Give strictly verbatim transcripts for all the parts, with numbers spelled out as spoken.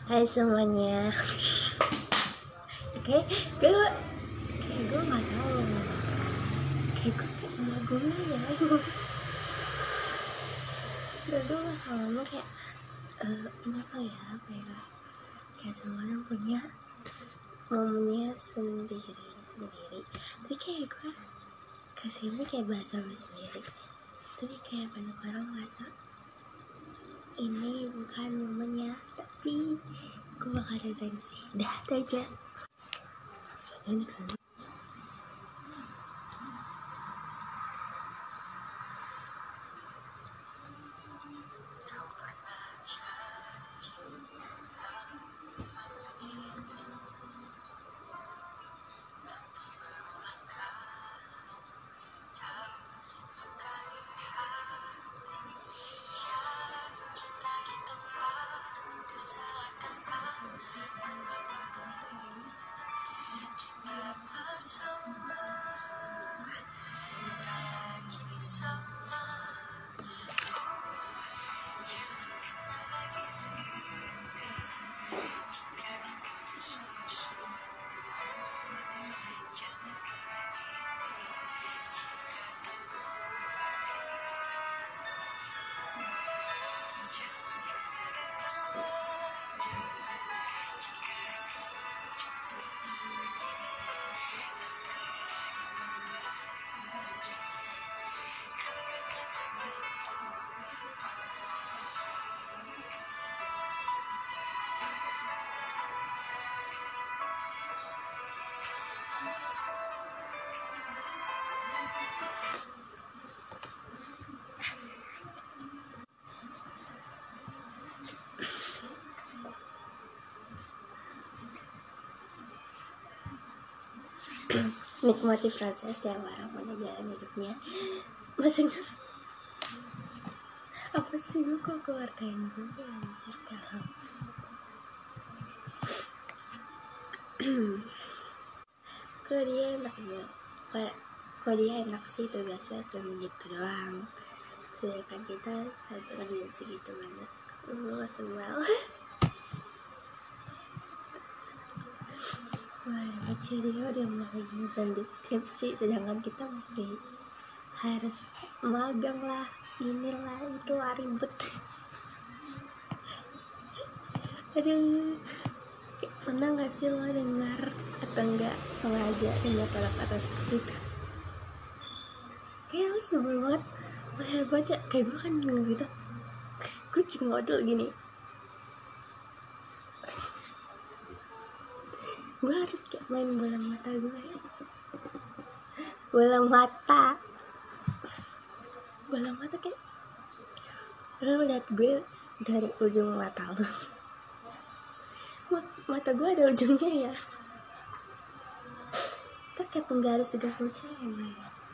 Hai semuanya. Oke, gue kayak gue nggak tahu. Kayak gue kayak emak gue ya. Gue gue bakal ngomong kayak eh ini apa ya, apa ya? Kayak semua orang punya momennya sendiri sendiri. Tapi kayak gue kesini kayak bahasa gue sendiri. Tapi kayak banyak orang merasa ini bukan momennya, tapi gue bakal ceritain sih. Dah, itu aja. Ini kan. Nikmati proses setiap orang punya jalan hidupnya masing-masing. Apa sih gue kok keluargain juga anjir dalam. Kok dia enak ya, kayak kok dia enak sih tugasnya cuma gitu doang, sedangkan kita harus ngerjain segitu banyak. Gue sebel. Wah, baca dia udah mulai nyusun deskripsi, sedangkan kita masih harus magang lah, inilah itu lah, ribet. Aduh, pernah gak sih lo dengar atau enggak sengaja dengar kata-kata seperti itu? Kayak lo sebel banget. Kayak baca, kayak gue kan bingung gitu, gue cenggodol gini, gue harus kayak main bola mata gue ya. bola mata bola mata kayak lo lihat gue dari ujung mata lo, mata gue ada ujungnya ya, itu kayak penggaris segala cewek,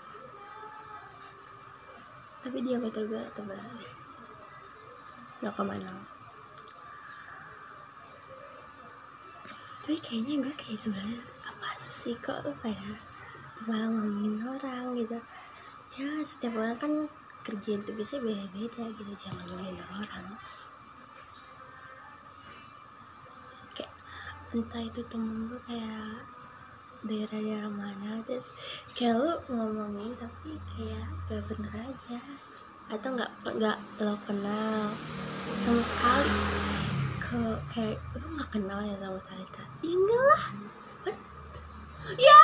tapi diameter gue tebal nol koma nol. Tapi kayaknya gue kayak sebenarnya apaan sih kok lo pada malah ngomongin orang gitu ya. Setiap orang kan kerjaan tugasnya beda-beda gitu, jangan ngomongin orang. Kayak entah itu temen lu kayak daerah-daerah mana, terus kayak lu ngomongin tapi kayak gak bener aja, atau nggak nggak lo kenal sama sekali, ke kayak lu nggak kenal ya sama Talita, ya enggak lah. What? Ya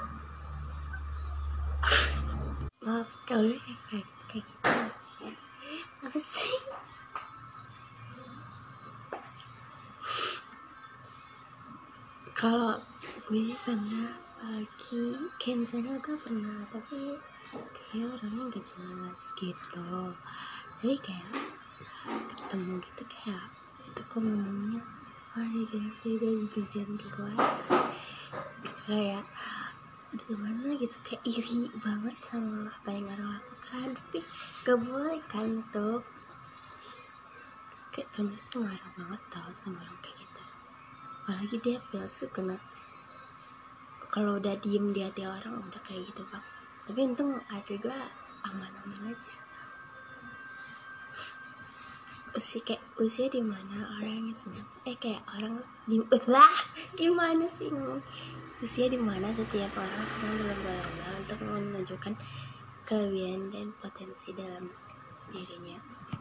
maaf kalau kayak kayak kayak gitu aja. Apa sih? Kalau gue pernah lagi kayak misalnya gue pernah, tapi kayak orangnya gak jelas gitu, jadi kayak ketemu gitu kayak itu kok ngomongnya wah ya gini sih, dia juga cantik banget, kayak gimana gitu, kayak iri banget sama apa yang orang lakukan, tapi gak boleh kan itu. Kayak Tony tuh marah banget tau sama orang kayak gitu, apalagi dia feels kena kalau udah diem di hati orang udah kayak gitu bang. Tapi untung hati gue aman-aman aja. usia kayak usia di mana orang yang sedang eh kayak orang di lah gimana sih usia di mana setiap orang sedang berlomba-lomba untuk menunjukkan kelebihan dan potensi dalam dirinya,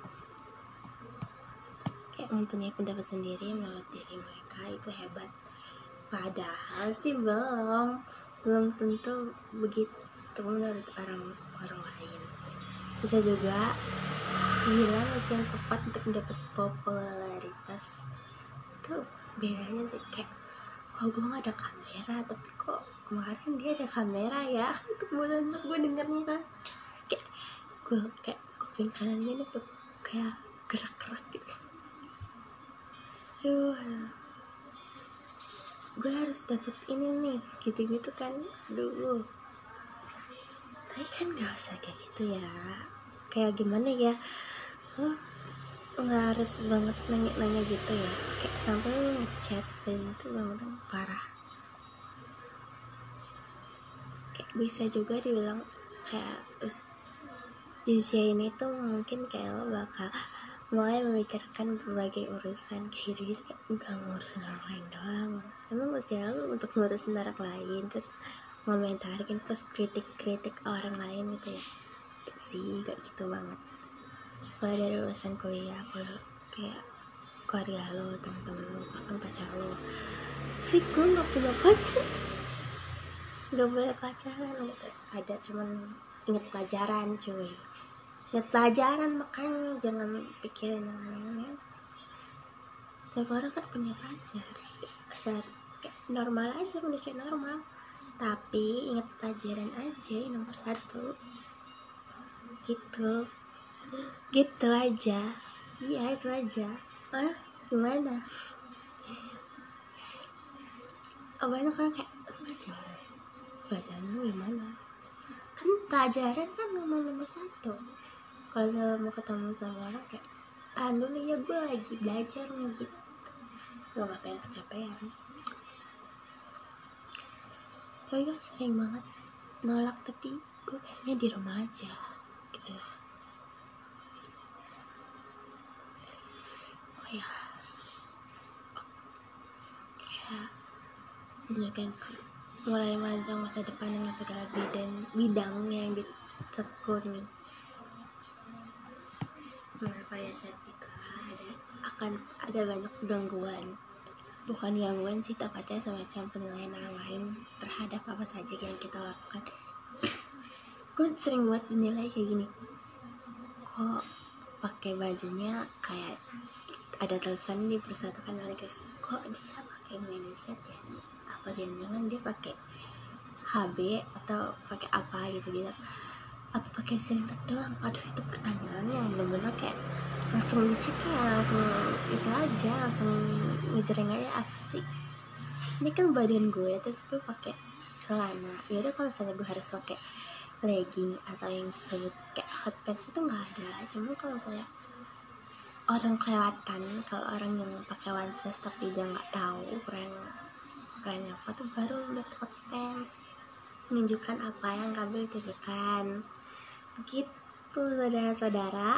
kayak mempunyai pendapat sendiri menurut diri mereka itu hebat, padahal sih belum belum tentu begitu menurut orang orang lain. Bisa juga bilang usia yang tepat untuk mendapat popularitas itu bedanya sih, kayak oh gue gak ada kamera tapi kok kemarin dia ada kamera ya, itu bodoh banget gue dengernya kan, kayak gue kayak kuping kanan ini tuh kayak gerak-gerak gitu. Aduh, gue harus dapet ini nih gitu-gitu kan. Aduh, tapi kan gak usah kayak gitu ya, kayak gimana ya, lo nggak harus banget nanya-nanya gitu ya, kayak sampai lo ngechat dan itu bener-bener parah. Kayak bisa juga dibilang kayak us- di usia ini tuh mungkin kayak lo bakal mulai memikirkan berbagai urusan kayak gitu-gitu, kayak gak ngurusin orang lain doang, emang usia lo untuk ngurusin orang lain terus ngomentarin terus kritik-kritik orang lain gitu ya, gak sih, gak gitu banget. Mulai dari urusan kuliah, kalau kayak keluarga lo, temen-temen lo, bahkan pacar lo. Tapi gue gak punya pacar, gak boleh pacaran gitu, ada cuman inget pelajaran cuy, inget pelajaran, makanya jangan pikirin yang lain-lain. Setiap orang kan punya pacar, dasar kayak normal aja, manusia normal, tapi inget pelajaran aja nomor satu gitu, gitu aja. Iya itu aja. Ah gimana, banyak kan kayak pelajaran pelajaran lu gimana, kan pelajaran kan nomor nomor satu. Kalau saya mau ketemu sama orang kayak tahan dulu ya, gue lagi belajar nih gitu, lo gak pengen kecapean. Tapi gue sering banget nolak, tapi gue pengennya di rumah aja gitu. Oh ya, kayak menunjukkan mulai merancang masa depan dengan segala bidang bidang yang ditekuni. Nah, pada saat itu ada akan ada banyak gangguan, bukan gangguan sih, tepatnya semacam penilaian orang lain terhadap apa saja yang kita lakukan. Gue sering banget dinilai kayak gini, kok pakai bajunya kayak ada tulisan dipersatukan oleh Kristus, kok dia pakai miniset ya, apa jangan-jangan dia pakai H B atau pakai apa gitu gitu, apa pakai sintet doang. Aduh, itu pertanyaan yang bener-bener kayak langsung dicek ya, langsung itu aja, langsung ngejreng aja, apa sih ini kan badan gue terus gue pakai celana, yaudah kalau misalnya gue harus pakai legging atau yang disebut kayak hot pants itu nggak ada. Cuma kalau saya orang kelewatan, kalau orang yang pakai one size tapi dia nggak tahu keren keren apa tuh, baru lihat hot pants, menunjukkan apa yang kami tunjukkan begitu saudara-saudara.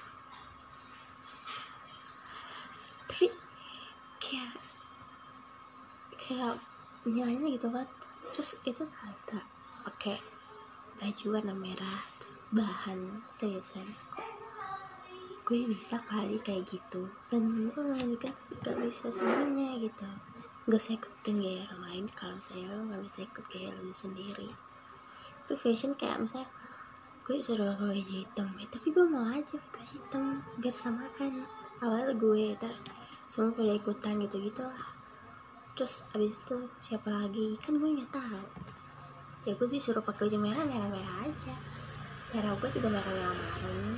Tapi kayak kayak nilainya gitu kan, terus itu ternyata pakai baju warna merah terus bahan seriusan, kok gue bisa kali kayak gitu, dan gue nggak gak bisa semuanya gitu, gak usah ikutin gaya orang lain kalau saya gak bisa ikut gaya lu sendiri. Itu fashion kayak misalnya gue suruh pakai baju hitam ya, tapi gue mau aja pakai baju hitam biar samakan awal gue, ter semua pada ikutan gitu-gitu lah. Terus abis itu siapa lagi, kan gue nggak tahu ya, gue disuruh pakai baju merah merah merah aja, merah gue juga merah merah marun.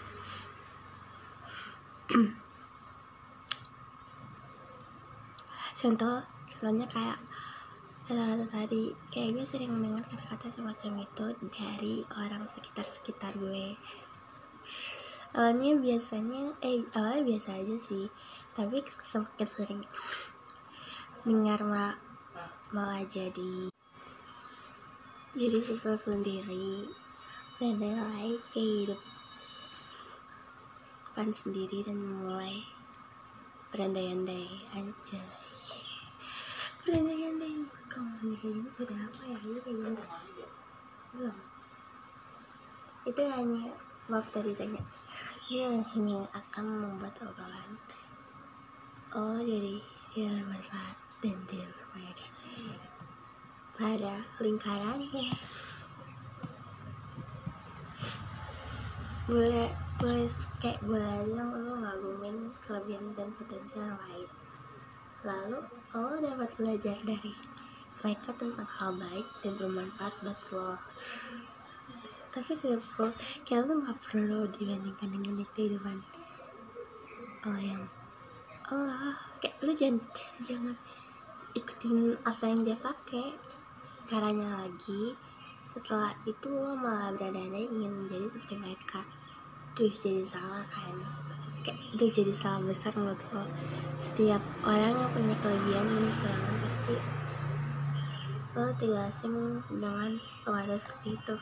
contoh contohnya kayak kata-kata tadi, kayak gue sering mendengar kata-kata semacam itu dari orang sekitar-sekitar gue. Awalnya biasanya, eh awalnya biasa aja sih, tapi semakin sering dengar malah, malah jadi jadi sesuatu sendiri dan lain-lain kayak hidup. depan sendiri dan mulai berandai-andai aja. Berandai-andai kamu sendiri ini sudah apa ya? Ini kayak gini belum? Itu hanya maaf tadi tanya. Ini hanya akan membuat obrolan oh jadi ya bermanfaat dan tidak berfaedah pada lingkarannya. Boleh boleh kayak boleh aja lo ngagumin kelebihan dan potensi orang lain, lalu lo dapat belajar dari mereka tentang hal baik dan bermanfaat buat lo. Tapi tidak perlu, kayak lo gak perlu dibandingkan dengan kehidupan oh yang Allah, kayak lo jangan jangan ikutin apa yang dia pakai. Caranya lagi, setelah itu lo malah berandai-andai ingin menjadi seperti mereka. Tuh jadi salah kan? Kayak itu jadi salah besar menurut lo. Setiap orang yang punya kelebihan dan kekurangan pasti lo tidak asing dengan perkataan seperti itu.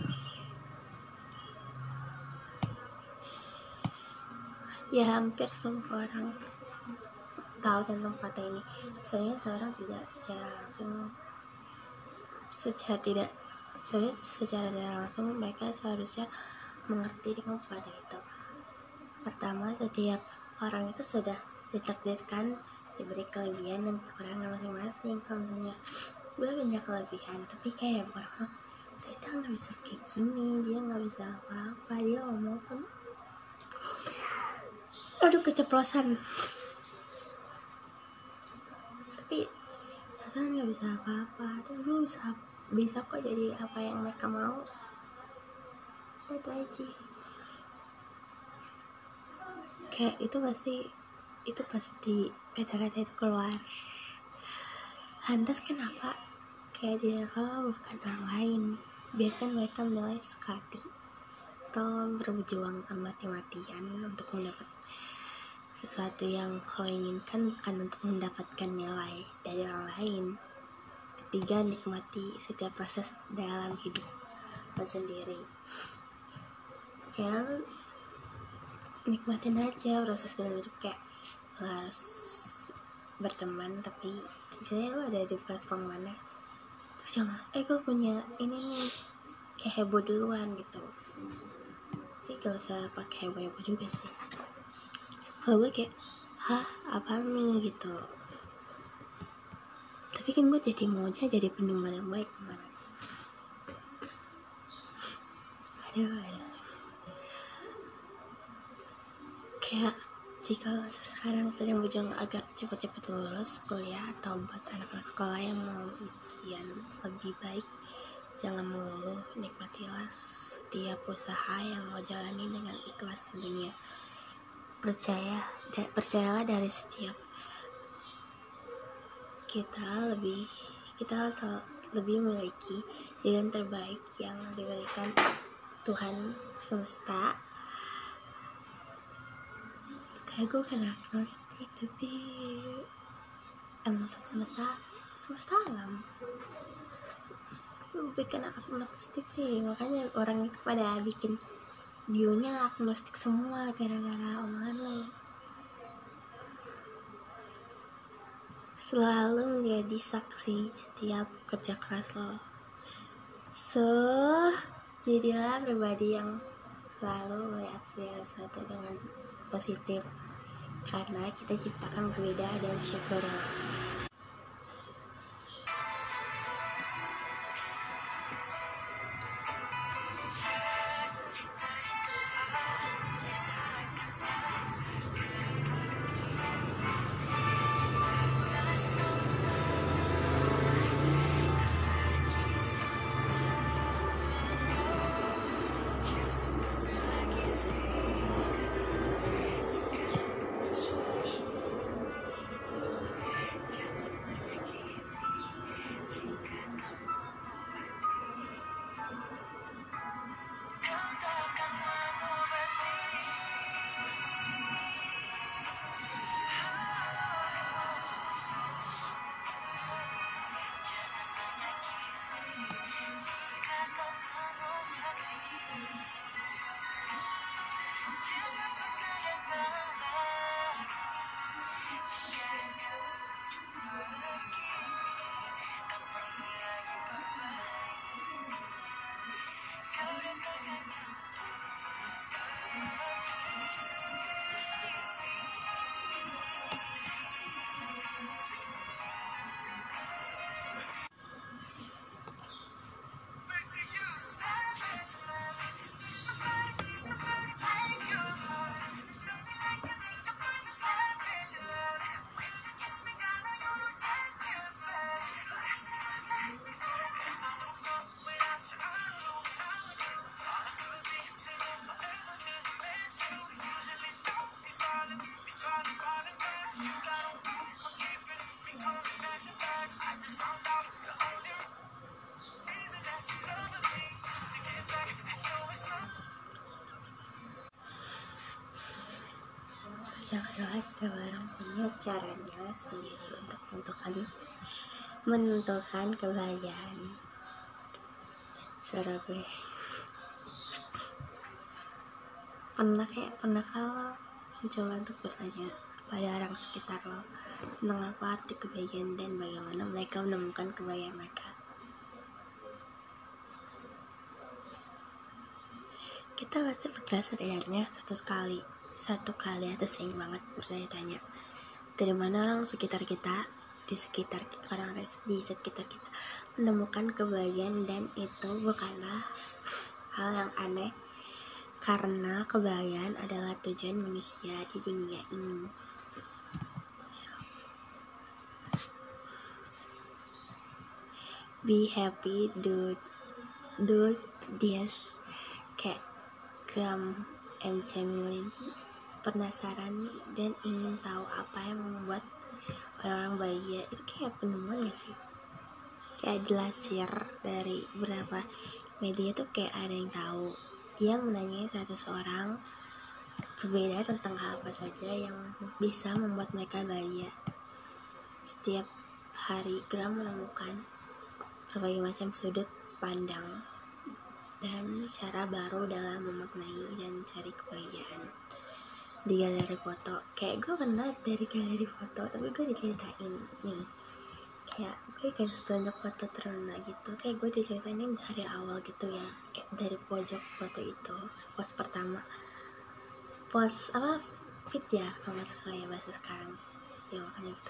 Ya hampir semua orang tahu tentang kata ini. Soalnya seorang tidak secara langsung secara tidak sebenarnya secara tidak langsung mereka seharusnya mengerti dengan kata itu. Pertama, setiap orang itu sudah ditakdirkan diberi kelebihan dan kekurangan masing-masing. Kalau misalnya gue banyak kelebihan tapi kayak orang kita nggak bisa kayak gini, dia nggak bisa apa-apa, dia ngomong pun aduh keceplosan, tapi rasanya nggak bisa apa-apa. Tapi gue bisa bisa kok jadi apa yang mereka mau. Itu aja. Kayak itu pasti itu pasti kata-kata itu keluar. Lantas kenapa kayak dia kalau bukan orang lain, biarkan mereka menilai sekali. Tolong berjuang mati-matian untuk mendapat sesuatu yang lo inginkan, bukan untuk mendapatkan nilai dari orang lain. Ketiga, nikmati setiap proses dalam hidup lo sendiri. Kayak lo nikmatin aja proses dalam hidup. Kayak lo harus berteman, tapi misalnya lo ada di platform mana, terus jangan eh gue punya ini nih, kayak heboh duluan gitu. Tapi gak usah pakai heboh-heboh juga sih. Kalau gue kayak hah apa nih gitu, tapi kan gue jadi maunya jadi pendengar yang baik gimana. Aduh aduh kayak jika lo sekarang sedang berjuang agar cepat-cepat lulus kuliah, atau buat anak-anak sekolah yang mau ujian lebih baik, jangan mengeluh, nikmatilah setiap usaha yang lo jalani dengan ikhlas tentunya. Percaya, da- percayalah dari setiap kita lebih kita lebih memiliki jalan terbaik yang diberikan Tuhan semesta. Kayak gue kan agnostik, tapi emang Tuhan semesta semesta alam gue bikin agnostik sih, makanya orang itu pada bikin bionya agnostik semua gara-gara omongan lo. Selalu menjadi saksi setiap kerja keras lo. So, jadilah pribadi yang selalu melihat segala sesuatu dengan positif, karena kita ciptakan berbeda dan syukurlah. yang kedua, setiap orang punya caranya sendiri untuk menentukan menentukan kebahagiaan. Suara gue pernah kayak pernah kalau mencoba untuk bertanya pada orang sekitar lo tentang apa arti kebahagiaan dan bagaimana mereka menemukan kebahagiaan mereka. Kita pasti pernah setidaknya satu kali satu kali atau sering banget bertanya-tanya dari mana orang sekitar kita di sekitar orang di sekitar kita menemukan kebahagiaan, dan itu bukanlah hal yang aneh karena kebahagiaan adalah tujuan manusia di dunia ini. Be happy, do do this. Kayak Graham M. Chamberlain, penasaran dan ingin tahu apa yang membuat orang-orang bahagia. Itu kayak penemuan gak sih? Kayak dilansir dari beberapa media tuh kayak ada yang tahu. Ia menanyai seratus orang berbeda tentang hal apa saja yang bisa membuat mereka bahagia. Setiap hari Graham menemukan berbagai macam sudut pandang dan cara baru dalam memaknai dan mencari kebahagiaan. Di galeri foto, kayak gue pernah dari galeri foto, tapi gue diceritain nih, kayak gue kasih tunjuk foto teruna gitu, kayak gue diceritain dari awal gitu ya, kayak dari pojok foto itu, pos pertama, pos apa fit ya kalau nggak salah ya bahasa sekarang, ya makanya gitu.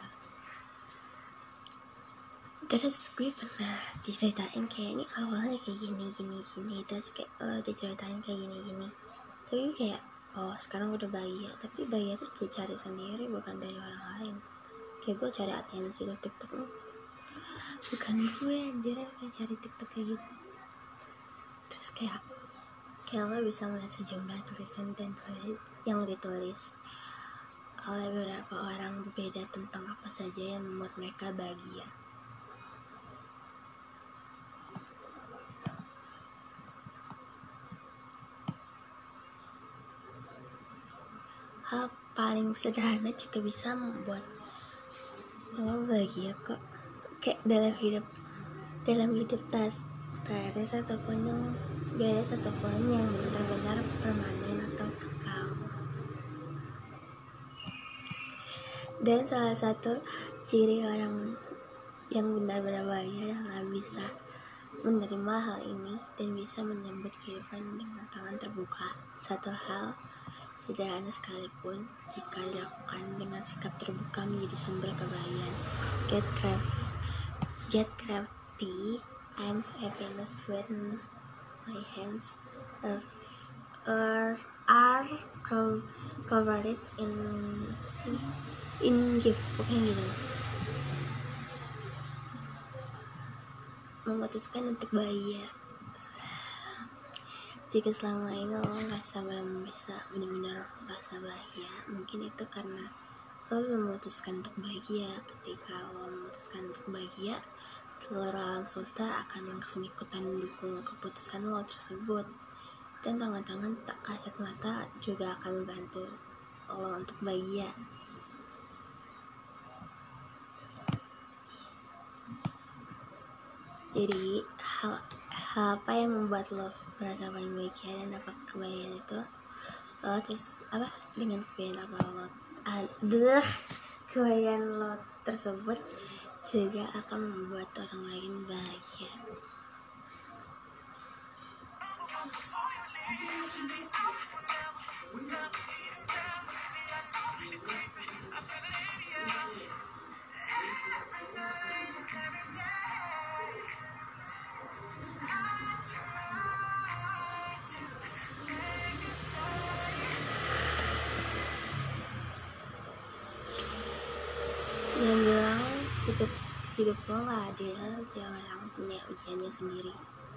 Terus gue pernah diceritain kayak ini awalnya kayak gini gini gini, terus kayak uh, diceritain kayak gini gini, tapi kayak oh sekarang udah bahagia, tapi bahagia tuh dicari sendiri bukan dari orang lain. Kayak gue cari atensi di TikTok, bukan gue anjir kayak cari TikTok kayak gitu. Terus kayak kayak lo bisa melihat sejumlah tulisan dan tulis yang ditulis oleh beberapa orang berbeda tentang apa saja yang membuat mereka bahagia. Hal paling sederhana juga bisa membuat lo bahagia kok. Kayak dalam hidup dalam hidup tas tak ada satupun yang gak ada satupun yang benar-benar permanen atau kekal. Dan salah satu ciri orang yang benar-benar bahagia adalah bisa menerima hal ini dan bisa menyambut kehidupan dengan tangan terbuka. Satu hal sederhana sekalipun jika dilakukan dengan sikap terbuka menjadi sumber kebahagiaan. Get craft, get crafty. I'm happiness when my hands uh, are are covered in in gift. Pokoknya gitu. Memutuskan untuk bahagia. Jika selama ini lo merasa belum bisa benar-benar merasa bahagia, mungkin itu karena lo belum memutuskan untuk bahagia. Ketika lo memutuskan untuk bahagia, seluruh alam semesta akan langsung ikutan mendukung keputusan lo tersebut, dan tangan-tangan tak kasat mata juga akan membantu lo untuk bahagia. Jadi hal, hal apa yang membuat lo merasa paling bahagia, dan apa kebahagiaan itu lo terus apa dengan kebahagiaan apa lo adalah kebahagiaan lo tersebut juga akan membuat orang lain bahagia. Yang bilang hidup hidup lo gak adil, tiap orang punya ujiannya sendiri.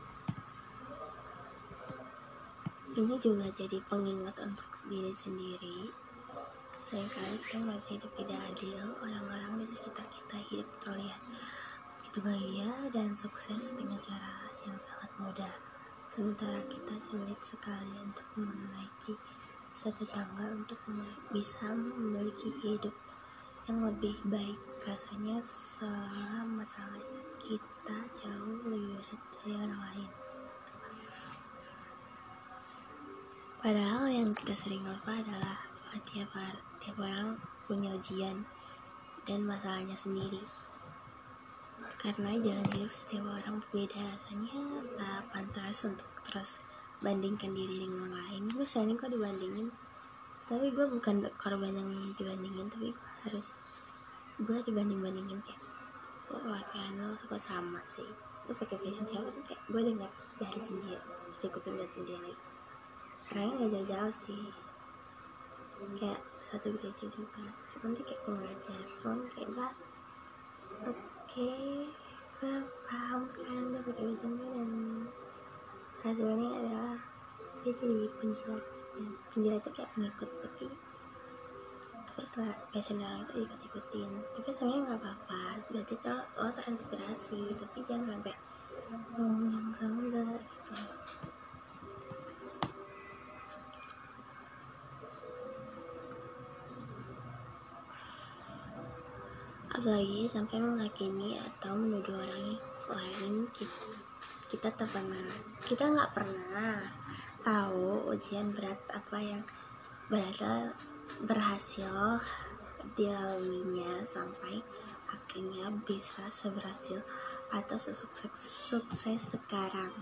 Ini juga jadi pengingat untuk diri sendiri. Seringkali kita merasa hidup tidak adil. Orang-orang di sekitar kita hidup terlihat begitu bahagia dan sukses dengan cara yang sangat mudah, sementara kita sulit sekali untuk menaiki satu tangga untuk bisa memiliki hidup yang lebih baik. Rasanya seolah masalah kita jauh lebih berat dari orang lain. Padahal yang kita sering lupa adalah bahwa tiap, tiap orang punya ujian dan masalahnya sendiri. Karena jalan hidup setiap orang berbeda, rasanya tak pantas untuk terus bandingkan diri dengan orang lain. Gue sering kok dibandingin, tapi gue bukan korban yang dibandingin, tapi gue harus gue dibanding-bandingin kayak kok pakaian lo suka sama sih, lo pakai fashion siapa tuh, kayak gue dengar dari sendiri, dari kuping dan sendiri. Karena gak jauh-jauh sih, kayak satu gereja juga, cuman dia kayak pengajar, cuman kayak gue oke okay, gue paham kan dia pakai fashion gue, dan hasilnya adalah dia jadi penjilat. Penjilat itu kayak pengikut, tapi tapi setelah passion orang itu ikut-ikutin, tapi sebenarnya nggak apa-apa, berarti tuh lo terinspirasi, tapi jangan sampai ngomong yang enggak gitu. Apalagi sampai menghakimi atau menuduh orang lain. Kita, kita tak pernah kita nggak pernah tahu ujian berat apa yang berhasil berhasil dilaluinya sampai akhirnya bisa seberhasil atau sesukses sukses sekarang.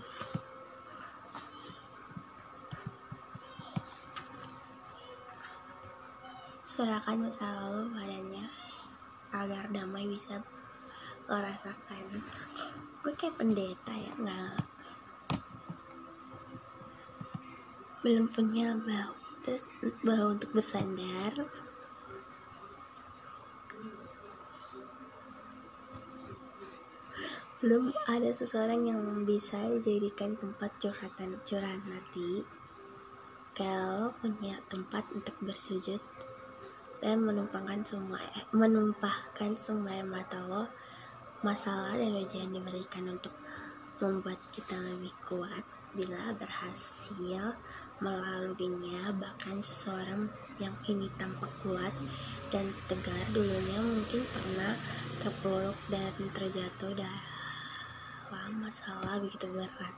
Serahkan masa lalu padanya agar damai bisa lo rasakan. Gue kayak pendeta ya, nggak belum punya bahu terus bahu untuk bersandar. Belum ada seseorang yang bisa dijadikan tempat curhatan curahan hati. Kalau punya tempat untuk bersujud dan menumpahkan semua menumpahkan semua mata lo, masalah dan ujian diberikan untuk membuat kita lebih kuat. Bila berhasil melaluinya, bahkan seseorang yang kini tampak kuat dan tegar dulunya mungkin pernah terpuruk dan terjatuh dalam masalah begitu berat.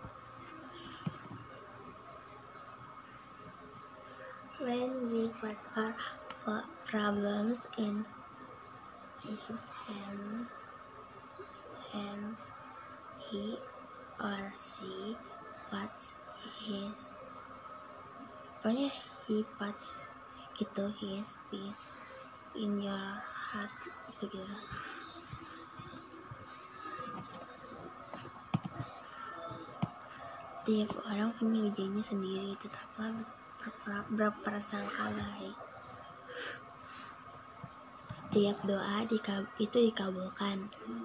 When we put our problems in Jesus' hand, hands, he or she puts his pokoknya he puts gitu his peace in your heart gitu gitu. Tiap orang punya ujiannya sendiri, tetaplah berprasangka baik. Setiap doa dikab- itu dikabulkan.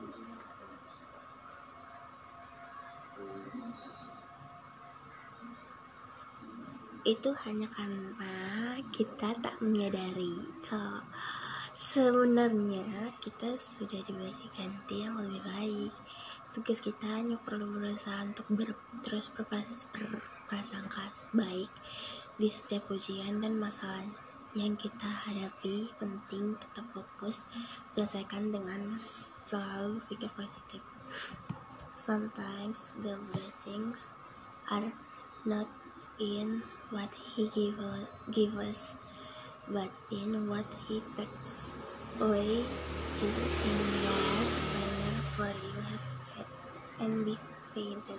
Itu hanya karena kita tak menyadari kalau sebenarnya kita sudah diberi ganti yang lebih baik. Tugas kita hanya perlu berusaha untuk ber- terus berprasangka baik di setiap ujian dan masalah yang kita hadapi. Penting tetap fokus, selesaikan dengan selalu berpikir positif. Sometimes the blessings are not in what he give, give us, but in what he takes away. Jesus in God's banner for you have faith and be fainted.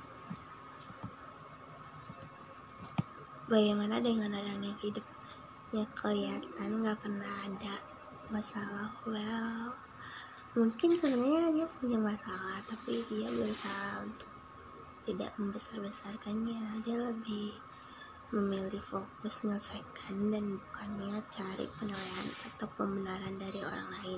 Bagaimana dengan orang yang hidupnya kelihatan gak pernah ada masalah? Well, mungkin sebenarnya dia punya masalah, tapi dia berusaha untuk tidak membesar-besarkannya. Dia lebih memilih fokus menyelesaikan dan bukannya cari penilaian atau pembenaran dari orang lain.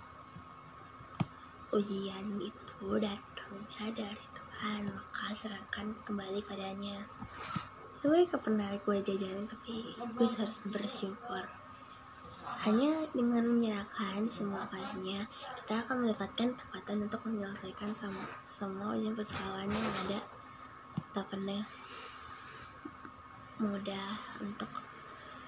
Ujian itu datangnya dari Tuhan, maka serahkan kembali padanya. Gue gak pernah gue jajanin, tapi gue harus bersyukur. Hanya dengan menyerahkan semua padanya, kita akan mendapatkan kekuatan untuk menyelesaikan semua, semua ujian persoalan yang ada. Tak pernah mudah untuk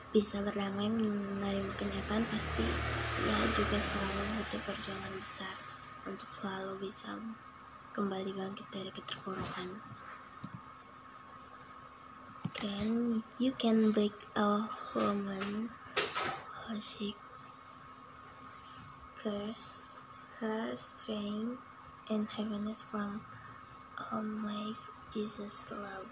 bisa berdamai menerima kenyataan, pasti ya juga selalu butuh perjuangan besar untuk selalu bisa kembali bangkit dari keterpurukan. Then you can break a woman or she curse her strength and happiness from oh my Jesus love.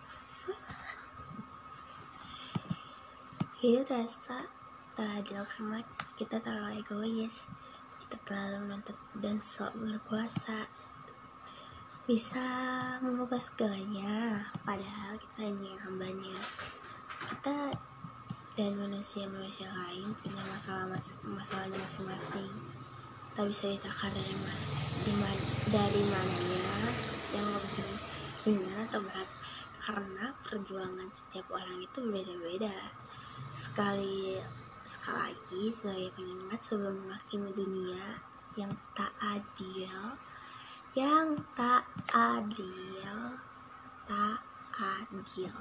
Hidup terasa tak adil karena kita terlalu egois, kita terlalu menuntut dan sok berkuasa, bisa mengubah segalanya, padahal kita hanya hambanya. Kita dan manusia-manusia lain punya masalah mas- masalahnya masing-masing, tak bisa ditakar dari mana, dari mananya yang lebih ringan atau berat, karena perjuangan setiap orang itu berbeda-beda. Sekali sekali lagi sebagai pengingat sebelum menghakimi dunia yang tak adil, yang tak adil, tak adil.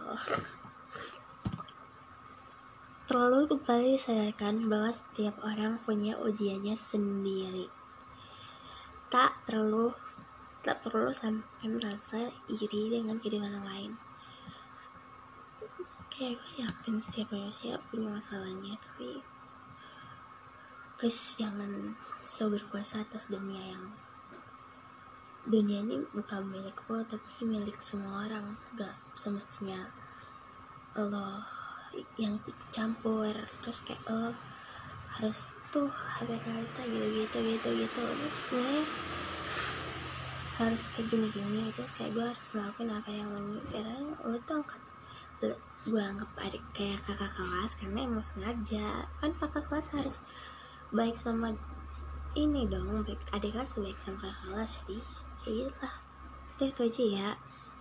Perlu kembali disadarkan bahwa setiap orang punya ujiannya sendiri. Tak perlu, tak perlu sampai merasa iri dengan kehidupan orang lain. Kayak gue yakin setiap manusia punya masalahnya, tapi please jangan so berkuasa atas dunia yang dunia ini bukan milik lo, tapi milik semua orang. Gak semestinya lo yang campur, terus kayak lo harus tuh hampir realita gitu gitu gitu gitu terus gue harus kayak gini-gini, terus kayak gue harus ngelakuin apa yang lo karena lo tuh angkat gue anggap adik kayak kakak kelas karena emang sengaja. Kan kakak kelas harus baik sama ini dong, baik adik kelas baik sama kakak kelas, jadi kayak gitu lah. Itu, itu aja ya.